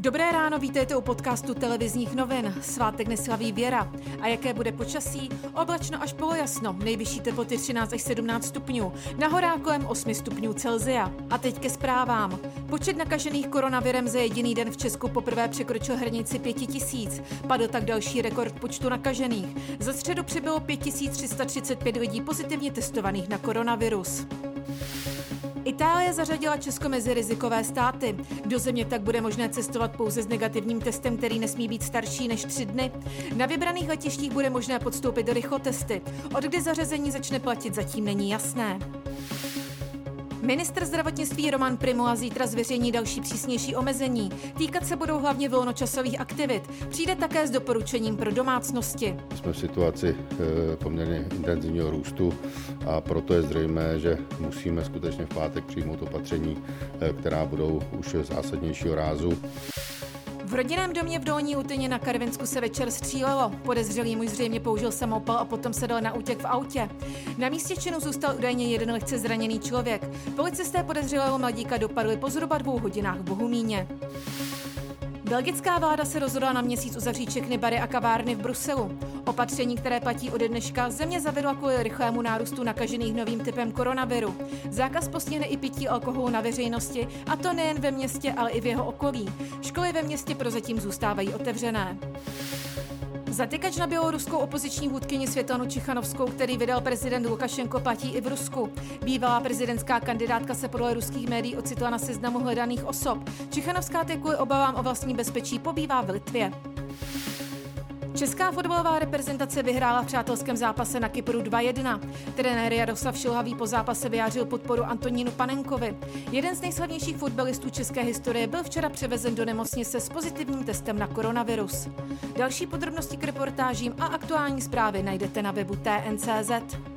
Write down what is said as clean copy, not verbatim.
Dobré ráno, vítejte u podcastu televizních novin. Svátek neslaví Věra. A jaké bude počasí? Oblačno až polojasno, nejvyšší teploty 13 až 17 stupňů, na horách kolem 8 stupňů Celsia. A teď ke zprávám. Počet nakažených koronavirem za jediný den v Česku poprvé překročil hranici 5000. Padl tak další rekord počtu nakažených. Za středu přibylo 5335 lidí pozitivně testovaných na koronavirus. Itálie zařadila Česko mezi rizikové státy. Do země tak bude možné cestovat pouze s negativním testem, který nesmí být starší než 3 dny. Na vybraných letištích bude možné podstoupit rychlotesty. Od kdy zařazení začne platit, zatím není jasné. Ministr zdravotnictví Roman Prymula zítra zveřejní další přísnější omezení. Týkat se budou hlavně volnočasových aktivit. Přijde také s doporučením pro domácnosti. Jsme v situaci poměrně intenzivního růstu a proto je zřejmé, že musíme skutečně v pátek přijmout opatření, která budou už zásadnějšího rázu. V rodinném domě v Dolní Lutyně na Karvinsku se večer střílelo. Podezřelý muž zřejmě použil samopal a potom se dal na útěk v autě. Na místě činu zůstal údajně jeden lehce zraněný člověk. Policisté podezřelého mladíka dopadli po zhruba 2 hodinách v Bohumíně. Belgická vláda se rozhodla na měsíc uzavřít všechny bary a kavárny v Bruselu. Opatření, které platí ode dneška, země zavedla kvůli rychlému nárůstu nakažených novým typem koronaviru. Zákaz postihne i pití alkoholu na veřejnosti, a to nejen ve městě, ale i v jeho okolí. Školy ve městě prozatím zůstávají otevřené. Zatykač na běloruskou opoziční vůdkyni Světlanu Cichanovskou, který vydal prezident Lukašenko, platí i v Rusku. Bývalá prezidentská kandidátka se podle ruských médií ocitla na seznamu hledaných osob. Cichanovská teď kvůli obavám o vlastní bezpečí pobývá v Litvě. Česká fotbalová reprezentace vyhrála v přátelském zápase na Kypru 2-1. Trenér Jaroslav Šilhavý po zápase vyjádřil podporu Antonínu Panenkovi. Jeden z nejslavnějších fotbalistů české historie byl včera převezen do nemocnice s pozitivním testem na koronavirus. Další podrobnosti k reportážím a aktuální zprávy najdete na webu TN.cz.